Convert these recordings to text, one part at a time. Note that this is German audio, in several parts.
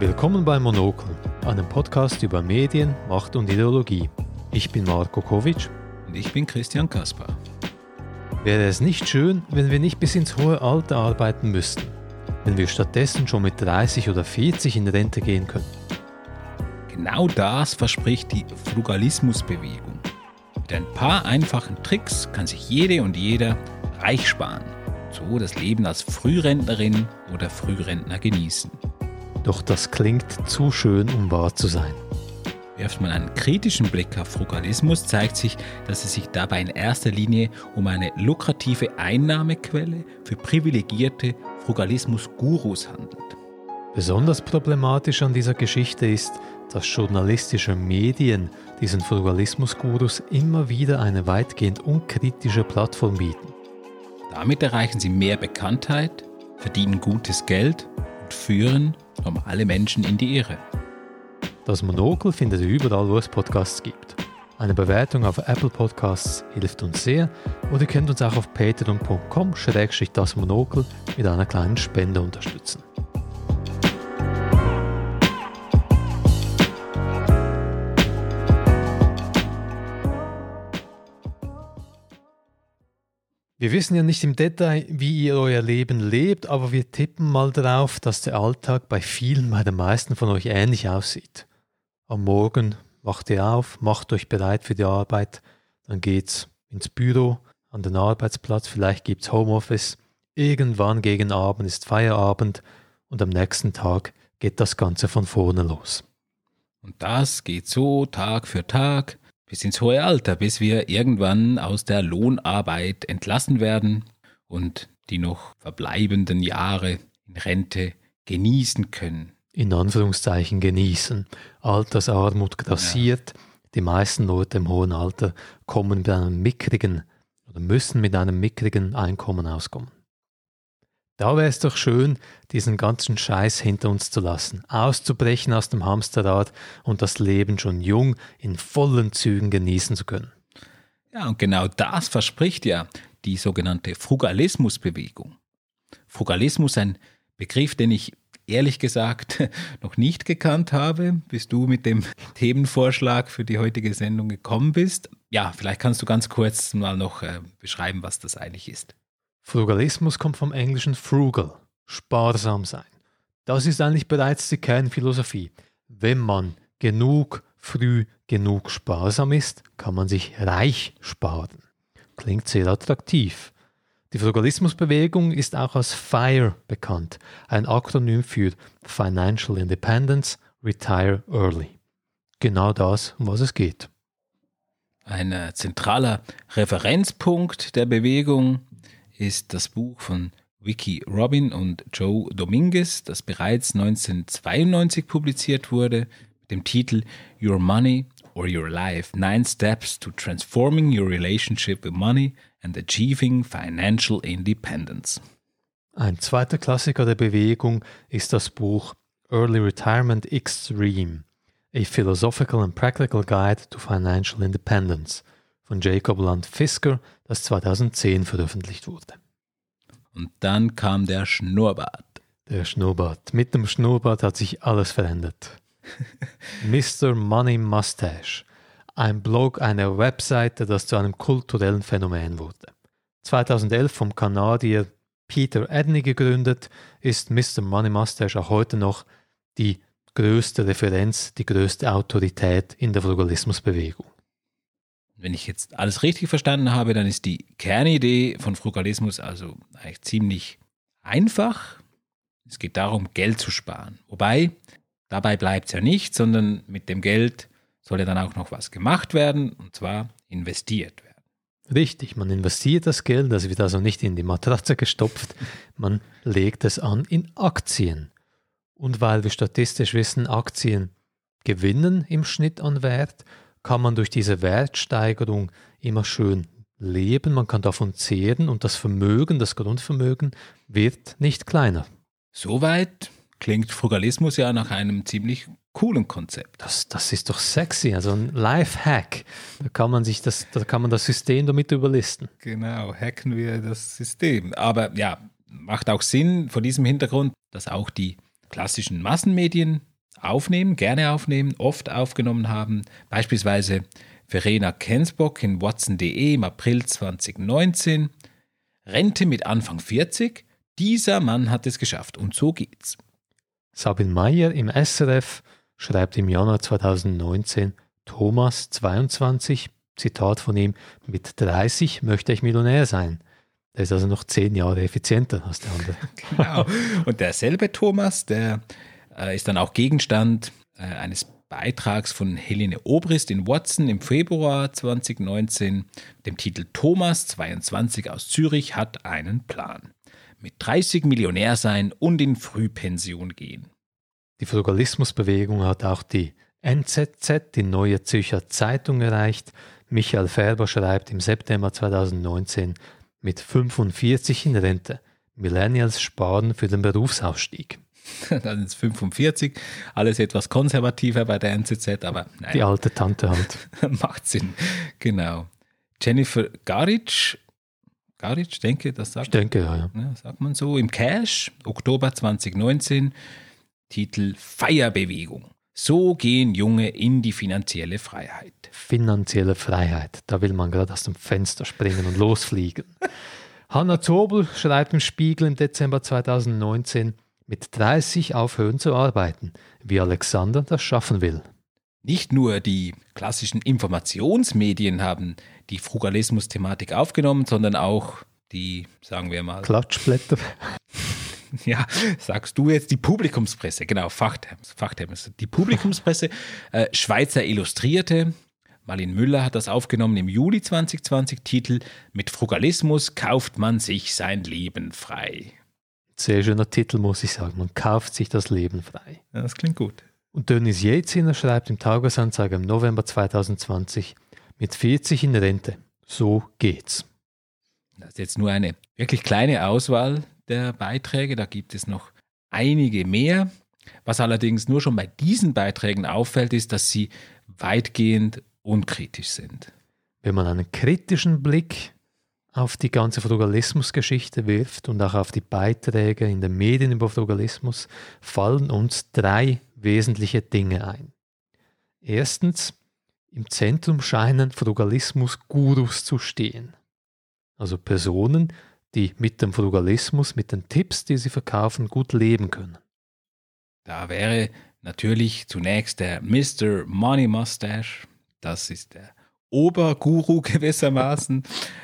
Willkommen bei Monokel, einem Podcast über Medien, Macht und Ideologie. Ich bin Marko Kovic. Und ich bin Christian Kaspar. Wäre es nicht schön, wenn wir nicht bis ins hohe Alter arbeiten müssten? Wenn wir stattdessen schon mit 30 oder 40 in Rente gehen können? Genau das verspricht die Frugalismusbewegung. Mit ein paar einfachen Tricks kann sich jede und jeder reich sparen. So das Leben als Frührentnerin oder Frührentner genießen. Doch das klingt zu schön, um wahr zu sein. Wirft man einen kritischen Blick auf Frugalismus, zeigt sich, dass es sich dabei in erster Linie um eine lukrative Einnahmequelle für privilegierte Frugalismus-Gurus handelt. Besonders problematisch an dieser Geschichte ist, dass journalistische Medien diesen Frugalismus-Gurus immer wieder eine weitgehend unkritische Plattform bieten. Damit erreichen sie mehr Bekanntheit, verdienen gutes Geld und führen normale Menschen in die Irre. Das Monokel findet ihr überall, wo es Podcasts gibt. Eine Bewertung auf Apple Podcasts hilft uns sehr oder ihr könnt uns auch auf patreon.com/dasmonokel mit einer kleinen Spende unterstützen. Wir wissen ja nicht im Detail, wie ihr euer Leben lebt, aber wir tippen mal darauf, dass der Alltag bei den meisten von euch ähnlich aussieht. Am Morgen wacht ihr auf, macht euch bereit für die Arbeit, dann geht's ins Büro, an den Arbeitsplatz, vielleicht gibt's Homeoffice, irgendwann gegen Abend ist Feierabend und am nächsten Tag geht das Ganze von vorne los. Und das geht so Tag für Tag bis ins hohe Alter, bis wir irgendwann aus der Lohnarbeit entlassen werden und die noch verbleibenden Jahre in Rente genießen können. In Anführungszeichen genießen. Altersarmut grassiert. Ja. Die meisten Leute im hohen Alter kommen mit einem mickrigen oder müssen mit einem mickrigen Einkommen auskommen. Da wäre es doch schön, diesen ganzen Scheiß hinter uns zu lassen, auszubrechen aus dem Hamsterrad und das Leben schon jung in vollen Zügen genießen zu können. Ja, und genau das verspricht ja die sogenannte Frugalismusbewegung. Frugalismus, ein Begriff, den ich ehrlich gesagt noch nicht gekannt habe, bis du mit dem Themenvorschlag für die heutige Sendung gekommen bist. Ja, vielleicht kannst du ganz kurz mal noch beschreiben, was das eigentlich ist. Frugalismus kommt vom englischen frugal, sparsam sein. Das ist eigentlich bereits die Kernphilosophie. Wenn man früh genug sparsam ist, kann man sich reich sparen. Klingt sehr attraktiv. Die Frugalismusbewegung ist auch als FIRE bekannt, ein Akronym für Financial Independence, Retire Early. Genau das, um was es geht. Ein zentraler Referenzpunkt der Bewegung ist das Buch von Vicki Robin und Joe Dominguez, das bereits 1992 publiziert wurde, mit dem Titel Your Money or Your Life: 9 Steps to Transforming Your Relationship with Money and Achieving Financial Independence. Ein zweiter Klassiker der Bewegung ist das Buch Early Retirement Extreme: A Philosophical and Practical Guide to Financial Independence von Jacob Lund Fisker, das 2010 veröffentlicht wurde. Und dann kam der Schnurrbart. Der Schnurrbart. Mit dem Schnurrbart hat sich alles verändert. Mr. Money Mustache. Ein Blog, eine Webseite, das zu einem kulturellen Phänomen wurde. 2011 vom Kanadier Peter Edney gegründet, ist Mr. Money Mustache auch heute noch die größte Referenz, die größte Autorität in der Frugalismusbewegung. Wenn ich jetzt alles richtig verstanden habe, dann ist die Kernidee von Frugalismus also eigentlich ziemlich einfach. Es geht darum, Geld zu sparen. Wobei, dabei bleibt es ja nicht, sondern mit dem Geld soll ja dann auch noch was gemacht werden, und zwar investiert werden. Richtig, man investiert das Geld, das wird also nicht in die Matratze gestopft, man legt es an in Aktien. Und weil wir statistisch wissen, Aktien gewinnen im Schnitt an Wert, kann man durch diese Wertsteigerung immer schön leben, man kann davon zehren und das Vermögen, das Grundvermögen wird nicht kleiner. Soweit klingt Frugalismus ja nach einem ziemlich coolen Konzept. Das ist doch sexy, also ein Lifehack. Da kann man das System damit überlisten. Genau, hacken wir das System. Aber ja, macht auch Sinn vor diesem Hintergrund, dass auch die klassischen Massenmedien gerne aufnehmen, oft aufgenommen haben. Beispielsweise Verena Kensbock in Watson.de im April 2019. Rente mit Anfang 40. Dieser Mann hat es geschafft und so geht's. Sabine Meyer im SRF schreibt im Januar 2019, Thomas 22, Zitat von ihm, mit 30 möchte ich Millionär sein. Der ist also noch 10 Jahre effizienter als der andere. Genau. Und derselbe Thomas, der ist dann auch Gegenstand eines Beitrags von Helene Obrist in Watson im Februar 2019, dem Titel Thomas 22 aus Zürich hat einen Plan. Mit 30 Millionär sein und in Frühpension gehen. Die Frugalismusbewegung hat auch die NZZ, die Neue Zürcher Zeitung, erreicht. Michael Färber schreibt im September 2019, mit 45 in Rente. Millennials sparen für den Berufsausstieg. Dann ist 45, alles etwas konservativer bei der NZZ, aber nein. Die alte Tante halt. Macht Sinn, genau. Jennifer Garic, denke, das sagt ich denke, ja. Sagt man so, im Cash, Oktober 2019, Titel Feierbewegung. So gehen Junge in die finanzielle Freiheit. Finanzielle Freiheit, da will man gerade aus dem Fenster springen und losfliegen. Hanna Zobel schreibt im Spiegel im Dezember 2019, mit 30 aufhören zu arbeiten, wie Alexander das schaffen will. Nicht nur die klassischen Informationsmedien haben die Frugalismus-Thematik aufgenommen, sondern auch die, sagen wir mal... Klatschblätter. Ja, sagst du jetzt die Publikumspresse, genau, Fachterms. Die Publikumspresse, Schweizer Illustrierte, Marlin Müller hat das aufgenommen im Juli 2020, Titel Mit Frugalismus kauft man sich sein Leben frei. Sehr schöner Titel, muss ich sagen, man kauft sich das Leben frei. Ja, das klingt gut. Und Dennis Jeziner schreibt im Tagesanzeiger im November 2020, mit 40 in Rente, so geht's. Das ist jetzt nur eine wirklich kleine Auswahl der Beiträge, da gibt es noch einige mehr. Was allerdings nur schon bei diesen Beiträgen auffällt, ist, dass sie weitgehend unkritisch sind. Wenn man einen kritischen Blick auf die ganze Frugalismusgeschichte wirft und auch auf die Beiträge in den Medien über Frugalismus, fallen uns 3 wesentliche Dinge ein. Erstens, im Zentrum scheinen Frugalismus-Gurus zu stehen. Also Personen, die mit dem Frugalismus, mit den Tipps, die sie verkaufen, gut leben können. Da wäre natürlich zunächst der Mr. Money Mustache, das ist der Oberguru gewissermaßen.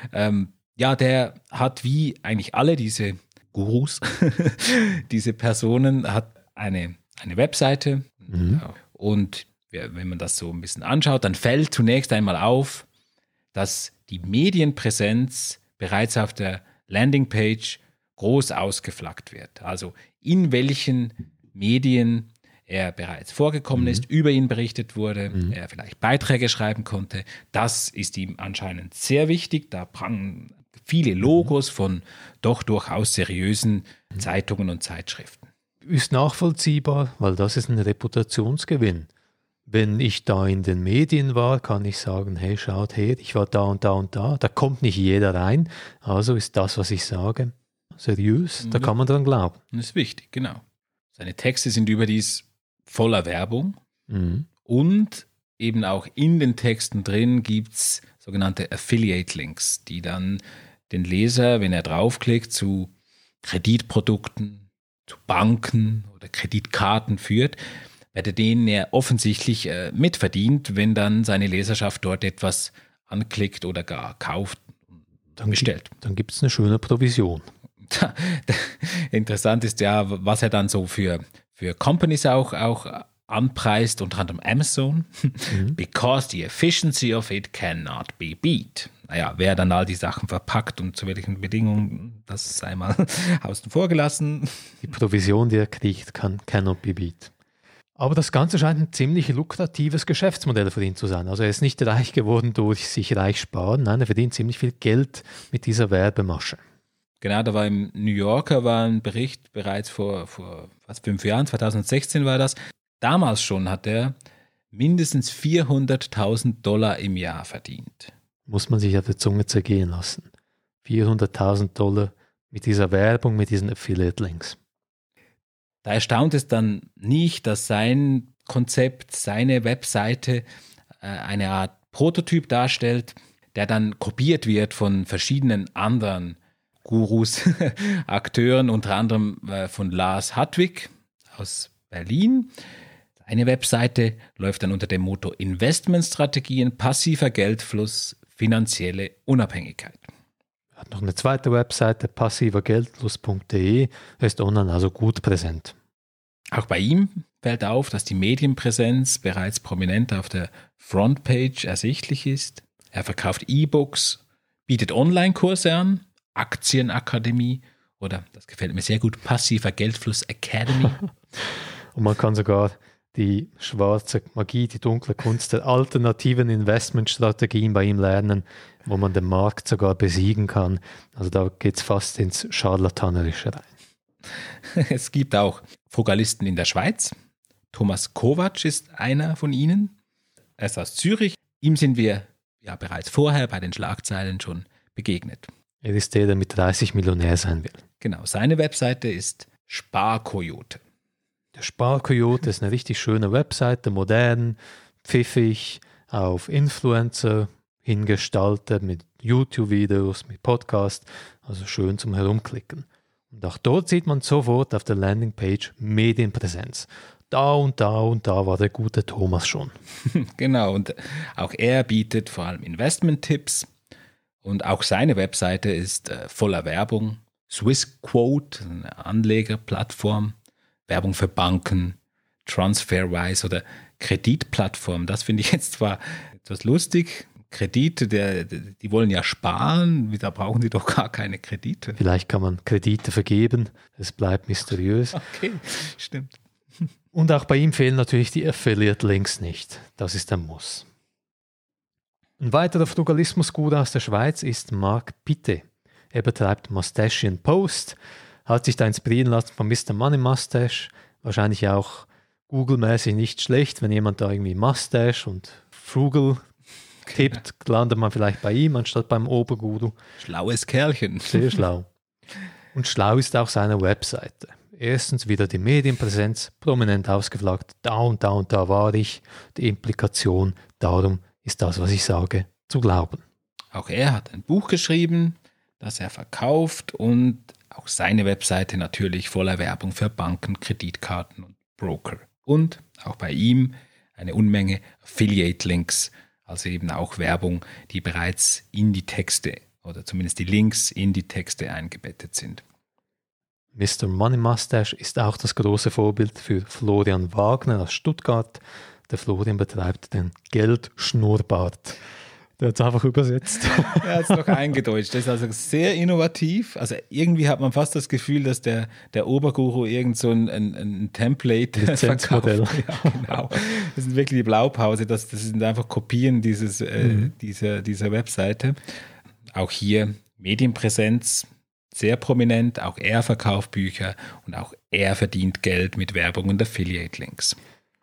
Der hat wie eigentlich alle diese Gurus, diese Personen, hat eine Webseite. Und wenn man das so ein bisschen anschaut, dann fällt zunächst einmal auf, dass die Medienpräsenz bereits auf der Landingpage groß ausgeflaggt wird. Also in welchen Medien er bereits vorgekommen ist, über ihn berichtet wurde, er vielleicht Beiträge schreiben konnte. Das ist ihm anscheinend sehr wichtig. Da prangen viele Logos von doch durchaus seriösen Zeitungen und Zeitschriften. Ist nachvollziehbar, weil das ist ein Reputationsgewinn. Wenn ich da in den Medien war, kann ich sagen, hey, schaut her, ich war da und da und da. Da kommt nicht jeder rein, also ist das, was ich sage, seriös. Da kann man dran glauben. Das ist wichtig, genau. Seine Texte sind überdies voller Werbung und eben auch in den Texten drin gibt es sogenannte Affiliate-Links, die dann den Leser, wenn er draufklickt, zu Kreditprodukten, zu Banken oder Kreditkarten führt, bei denen er offensichtlich mitverdient, wenn dann seine Leserschaft dort etwas anklickt oder gar kauft und bestellt. Dann gibt es eine schöne Provision. Interessant ist ja, was er dann so für Companies auch anpreist, unter anderem Amazon. Because the efficiency of it cannot be beat. Naja, wer dann all die Sachen verpackt und zu welchen Bedingungen, das sei mal außen vor gelassen. Die Provision, die er kriegt, cannot be beat. Aber das Ganze scheint ein ziemlich lukratives Geschäftsmodell für ihn zu sein. Also er ist nicht reich geworden durch sich reich sparen, nein, er verdient ziemlich viel Geld mit dieser Werbemasche. Genau, da war im New Yorker ein Bericht bereits vor 5 Jahren, 2016 war das. Damals schon hat er mindestens $400.000 im Jahr verdient. Muss man sich auf der Zunge zergehen lassen. $400.000 mit dieser Werbung, mit diesen Affiliate-Links. Da erstaunt es dann nicht, dass sein Konzept, seine Webseite eine Art Prototyp darstellt, der dann kopiert wird von verschiedenen anderen Gurus, Akteuren, unter anderem von Lars Hartwig aus Berlin. Eine Webseite läuft dann unter dem Motto Investmentstrategien, passiver Geldfluss, finanzielle Unabhängigkeit. Er hat noch eine zweite Webseite, passivergeldfluss.de, ist online also gut präsent. Auch bei ihm fällt auf, dass die Medienpräsenz bereits prominent auf der Frontpage ersichtlich ist. Er verkauft E-Books, bietet Online-Kurse an, Aktienakademie oder, das gefällt mir sehr gut, passiver Geldfluss Academy. Und man kann sogar die schwarze Magie, die dunkle Kunst der alternativen Investmentstrategien bei ihm lernen, wo man den Markt sogar besiegen kann. Also da geht es fast ins Scharlatanerische rein. Es gibt auch Frugalisten in der Schweiz. Thomas Kovac ist einer von ihnen. Er ist aus Zürich. Ihm sind wir ja bereits vorher bei den Schlagzeilen schon begegnet. Er ist der mit 30 Millionär sein will. Genau, seine Webseite ist Sparkoyote. Der Sparkoyote ist eine richtig schöne Webseite, modern, pfiffig, auf Influencer hingestaltet, mit YouTube-Videos, mit Podcast, also schön zum Herumklicken. Und auch dort sieht man sofort auf der Landingpage Medienpräsenz. Da und da und da war der gute Thomas schon. Genau, und auch er bietet vor allem Investment-Tipps und auch seine Webseite ist voller Werbung. Swissquote, eine Anlegerplattform, Werbung für Banken, Transferwise oder Kreditplattform. Das finde ich jetzt zwar etwas lustig. Kredite, die wollen ja sparen, da brauchen die doch gar keine Kredite. Vielleicht kann man Kredite vergeben, es bleibt mysteriös. Okay, stimmt. Und auch bei ihm fehlen natürlich die Affiliate-Links nicht. Das ist ein Muss. Ein weiterer Frugalismus-Guru aus der Schweiz ist Marc Pitte. Er betreibt Mustachian Post, hat sich da inspirieren lassen von Mr. Money Mustache. Wahrscheinlich auch Google-mäßig nicht schlecht, wenn jemand da irgendwie Mustache und Frugal tippt, landet man vielleicht bei ihm anstatt beim Oberguru. Schlaues Kerlchen. Sehr schlau. Und schlau ist auch seine Webseite. Erstens wieder die Medienpräsenz, prominent ausgeflaggt, da und da und da war ich. Die Implikation, darum ist das, was ich sage, zu glauben. Auch er hat ein Buch geschrieben, das er verkauft und auch seine Webseite natürlich voller Werbung für Banken, Kreditkarten und Broker. Und auch bei ihm eine Unmenge Affiliate-Links, also eben auch Werbung, die bereits in die Texte oder zumindest die Links in die Texte eingebettet sind. Mr. Money Mustache ist auch das große Vorbild für Florian Wagner aus Stuttgart. Der Florian betreibt den Geldschnurrbart. Der hat es einfach übersetzt. Er hat es noch eingedeutscht. Das ist also sehr innovativ. Also irgendwie hat man fast das Gefühl, dass der Oberguru irgend so ein Template Lizenzmodell. Ja, genau. Das sind wirklich die Blaupause. Das sind einfach Kopien dieser Webseite. Auch hier Medienpräsenz sehr prominent. Auch er verkauft Bücher und auch er verdient Geld mit Werbung und Affiliate-Links.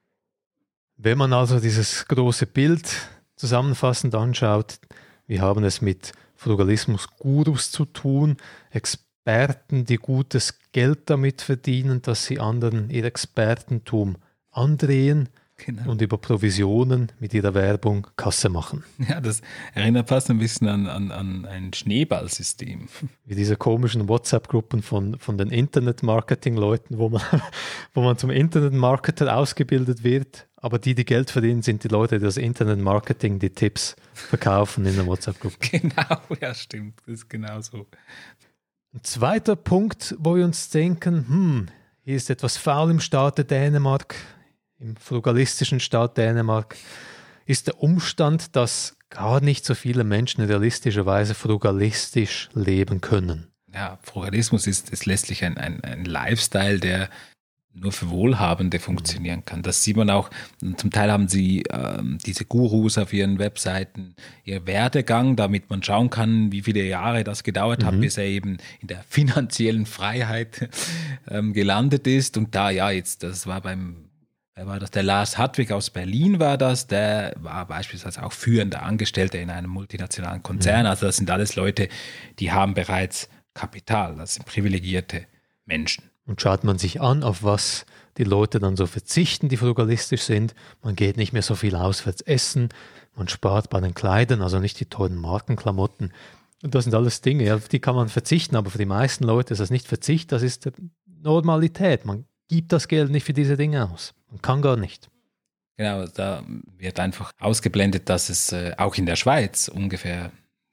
Wenn man also dieses große Bild zusammenfassend anschaut, wir haben es mit Frugalismus-Gurus zu tun, Experten, die gutes Geld damit verdienen, dass sie anderen ihr Expertentum andrehen. Genau. Und über Provisionen mit ihrer Werbung Kasse machen. Ja, das erinnert fast ein bisschen an ein Schneeballsystem. Wie diese komischen WhatsApp-Gruppen von den Internet-Marketing-Leuten, wo man zum Internet-Marketer ausgebildet wird, aber die Geld verdienen, sind die Leute, die das Internet-Marketing, die Tipps verkaufen in der WhatsApp-Gruppe. Genau, ja stimmt, das ist genau so. Ein zweiter Punkt, wo wir uns denken, hier ist etwas faul im Staate Dänemark, im frugalistischen Staat Dänemark, ist der Umstand, dass gar nicht so viele Menschen realistischerweise frugalistisch leben können. Ja, Frugalismus ist letztlich ein Lifestyle, der nur für Wohlhabende funktionieren kann. Das sieht man auch, zum Teil haben sie diese Gurus auf ihren Webseiten, ihr Werdegang, damit man schauen kann, wie viele Jahre das gedauert hat, bis er eben in der finanziellen Freiheit gelandet ist. Und da, ja, jetzt, das war der Lars Hartwig aus Berlin war das, der war beispielsweise auch führender Angestellter in einem multinationalen Konzern. Also das sind alles Leute, die haben bereits Kapital, das sind privilegierte Menschen. Und schaut man sich an, auf was die Leute dann so verzichten, die frugalistisch sind, man geht nicht mehr so viel auswärts essen, man spart bei den Kleidern, also nicht die teuren Markenklamotten. Und das sind alles Dinge, ja, auf die kann man verzichten, aber für die meisten Leute ist das nicht Verzicht, das ist Normalität. Man gibt das Geld nicht für diese Dinge aus. Man kann gar nicht. Genau, da wird einfach ausgeblendet, dass es auch in der Schweiz ungefähr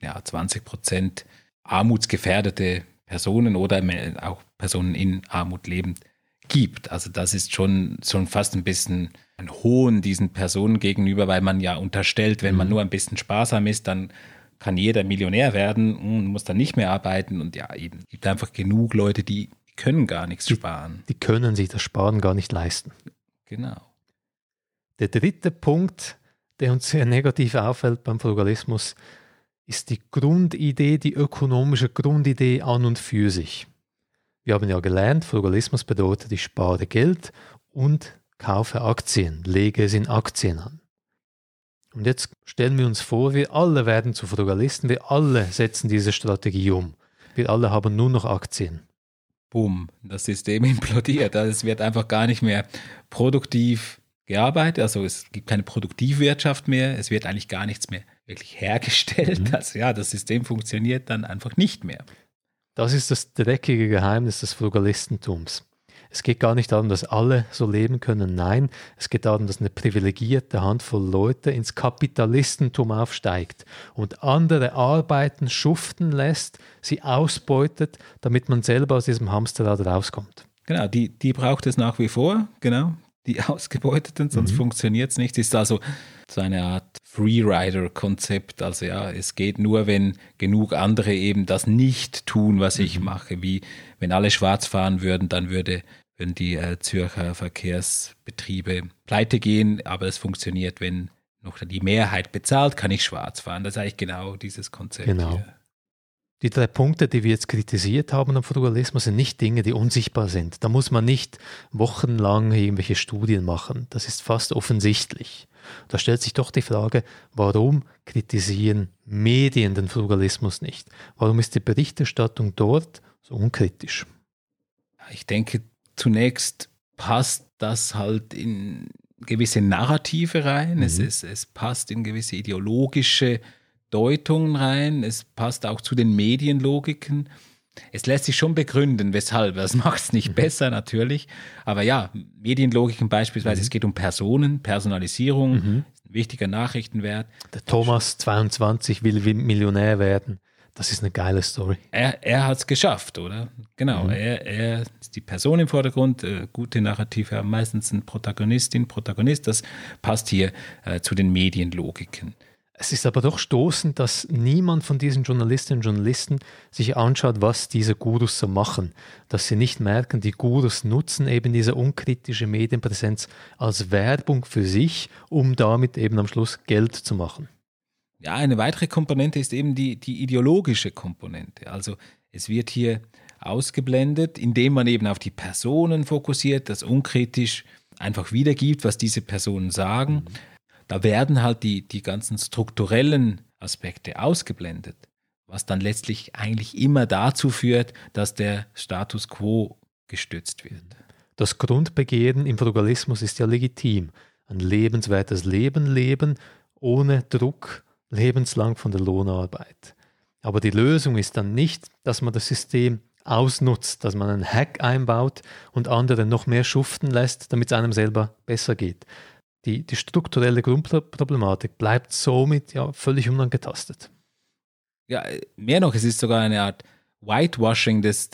20% armutsgefährdete Personen oder auch Personen in Armut lebend gibt. Also das ist schon fast ein bisschen ein Hohn diesen Personen gegenüber, weil man ja unterstellt, wenn man nur ein bisschen sparsam ist, dann kann jeder Millionär werden und muss dann nicht mehr arbeiten. Und ja, eben, es gibt einfach genug Leute, die können gar nichts sparen. Die können sich das Sparen gar nicht leisten. Genau. Der dritte Punkt, der uns sehr negativ auffällt beim Frugalismus, ist die Grundidee, die ökonomische Grundidee an und für sich. Wir haben ja gelernt, Frugalismus bedeutet, ich spare Geld und kaufe Aktien, lege es in Aktien an. Und jetzt stellen wir uns vor, wir alle werden zu Frugalisten, wir alle setzen diese Strategie um. Wir alle haben nur noch Aktien. Boom, das System implodiert. Also es wird einfach gar nicht mehr produktiv gearbeitet, also es gibt keine Produktivwirtschaft mehr, es wird eigentlich gar nichts mehr wirklich hergestellt. Also ja, das System funktioniert dann einfach nicht mehr. Das ist das dreckige Geheimnis des Frugalistentums. Es geht gar nicht darum, dass alle so leben können. Nein, es geht darum, dass eine privilegierte Handvoll Leute ins Kapitalistentum aufsteigt und andere arbeiten, schuften lässt, sie ausbeutet, damit man selber aus diesem Hamsterrad rauskommt. Genau, die braucht es nach wie vor, genau. Die Ausgebeuteten, sonst funktioniert es nicht. Es ist also so eine Art Freerider-Konzept. Also ja, es geht nur, wenn genug andere eben das nicht tun, was ich mache. Wie wenn alle schwarz fahren würden, dann würden die Zürcher Verkehrsbetriebe pleite gehen. Aber es funktioniert, wenn noch die Mehrheit bezahlt, kann ich schwarz fahren. Das ist eigentlich genau dieses Konzept hier. Die 3 Punkte, die wir jetzt kritisiert haben am Frugalismus, sind nicht Dinge, die unsichtbar sind. Da muss man nicht wochenlang irgendwelche Studien machen. Das ist fast offensichtlich. Da stellt sich doch die Frage, warum kritisieren Medien den Frugalismus nicht? Warum ist die Berichterstattung dort so unkritisch? Ich denke, zunächst passt das halt in gewisse Narrative rein. Es passt in gewisse ideologische Deutungen rein, es passt auch zu den Medienlogiken. Es lässt sich schon begründen, weshalb. Das macht es nicht besser natürlich. Aber ja, Medienlogiken beispielsweise, es geht um Personen, Personalisierung, ein wichtiger Nachrichtenwert. Der Thomas, 22, will Millionär werden. Das ist eine geile Story. Er hat es geschafft, oder? Genau, er ist die Person im Vordergrund, gute Narrative haben meistens eine Protagonist, das passt hier zu den Medienlogiken. Es ist aber doch stoßend, dass niemand von diesen Journalistinnen und Journalisten sich anschaut, was diese Gurus so machen. Dass sie nicht merken, die Gurus nutzen eben diese unkritische Medienpräsenz als Werbung für sich, um damit eben am Schluss Geld zu machen. Ja, eine weitere Komponente ist eben die ideologische Komponente. Also es wird hier ausgeblendet, indem man eben auf die Personen fokussiert, das unkritisch einfach wiedergibt, was diese Personen sagen. Da werden halt die ganzen strukturellen Aspekte ausgeblendet, was dann letztlich eigentlich immer dazu führt, dass der Status quo gestützt wird. Das Grundbegehren im Frugalismus ist ja legitim. Ein lebenswertes Leben leben, ohne Druck, lebenslang von der Lohnarbeit. Aber die Lösung ist dann nicht, dass man das System ausnutzt, dass man einen Hack einbaut und andere noch mehr schuften lässt, damit es einem selber besser geht. Die strukturelle Grundproblematik bleibt somit ja völlig unangetastet. Ja, mehr noch, es ist sogar eine Art Whitewashing des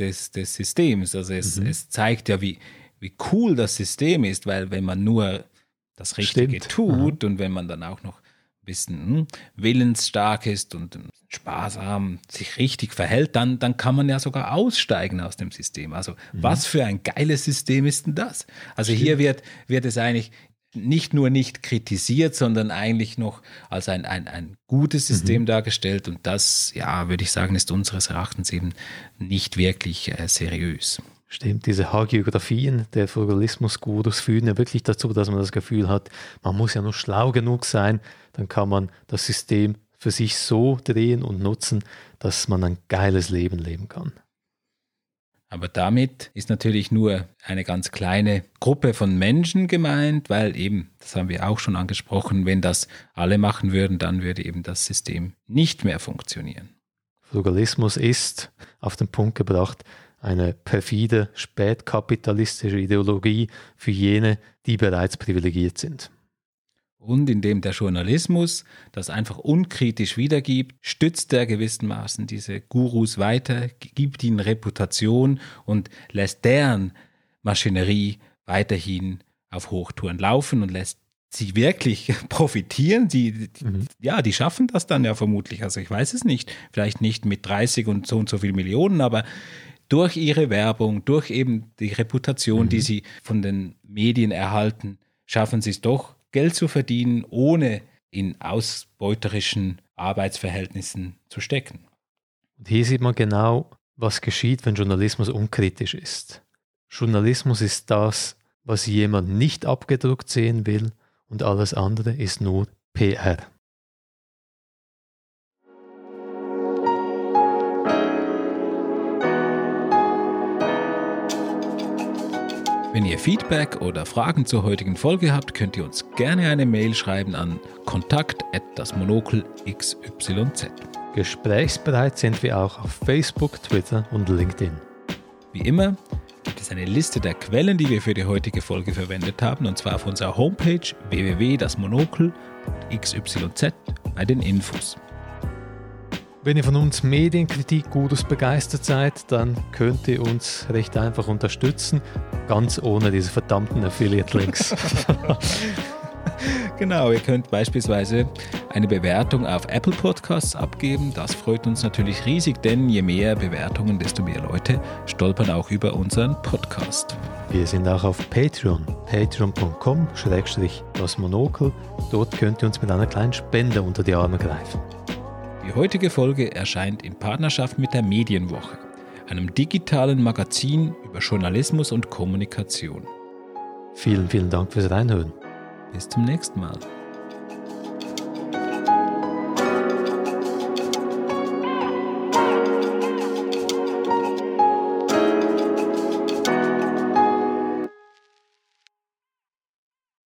Systems. Also es zeigt ja, wie cool das System ist, weil wenn man nur das Richtige tut und wenn man dann auch noch ein bisschen willensstark ist und sparsam sich richtig verhält, dann kann man ja sogar aussteigen aus dem System. Also was für ein geiles System ist denn das? Also hier wird es eigentlich nicht nur nicht kritisiert, sondern eigentlich noch als ein gutes System dargestellt. Und das, ja, würde ich sagen, ist unseres Erachtens eben nicht wirklich seriös. Stimmt, diese Hagiografien der Frugalismus-Gurus führen ja wirklich dazu, dass man das Gefühl hat, man muss ja nur schlau genug sein, dann kann man das System für sich so drehen und nutzen, dass man ein geiles Leben leben kann. Aber damit ist natürlich nur eine ganz kleine Gruppe von Menschen gemeint, weil eben, das haben wir auch schon angesprochen, wenn das alle machen würden, dann würde eben das System nicht mehr funktionieren. Frugalismus ist, auf den Punkt gebracht, eine perfide, spätkapitalistische Ideologie für jene, die bereits privilegiert sind. Und indem der Journalismus das einfach unkritisch wiedergibt, stützt er gewissermaßen diese Gurus weiter, gibt ihnen Reputation und lässt deren Maschinerie weiterhin auf Hochtouren laufen und lässt sie wirklich profitieren. Die schaffen das dann ja vermutlich. Also ich weiß es nicht. Vielleicht nicht mit 30 und so viel Millionen, aber durch ihre Werbung, durch eben die Reputation, die sie von den Medien erhalten, schaffen sie es doch, Geld zu verdienen, ohne in ausbeuterischen Arbeitsverhältnissen zu stecken. Und hier sieht man genau, was geschieht, wenn Journalismus unkritisch ist. Journalismus ist das, was jemand nicht abgedruckt sehen will, und alles andere ist nur PR. Wenn ihr Feedback oder Fragen zur heutigen Folge habt, könnt ihr uns gerne eine Mail schreiben an kontakt@dasmonokelxyz. Gesprächsbereit sind wir auch auf Facebook, Twitter und LinkedIn. Wie immer gibt es eine Liste der Quellen, die wir für die heutige Folge verwendet haben, und zwar auf unserer Homepage www.dasmonokel.xyz bei den Infos. Wenn ihr von uns Medienkritik-Gurus begeistert seid, dann könnt ihr uns recht einfach unterstützen, ganz ohne diese verdammten Affiliate-Links. Genau, ihr könnt beispielsweise eine Bewertung auf Apple Podcasts abgeben. Das freut uns natürlich riesig, denn je mehr Bewertungen, desto mehr Leute stolpern auch über unseren Podcast. Wir sind auch auf Patreon, patreon.com/dasmonokel. Dort könnt ihr uns mit einer kleinen Spende unter die Arme greifen. Die heutige Folge erscheint in Partnerschaft mit der Medienwoche, einem digitalen Magazin über Journalismus und Kommunikation. Vielen, vielen Dank fürs Reinhören. Bis zum nächsten Mal.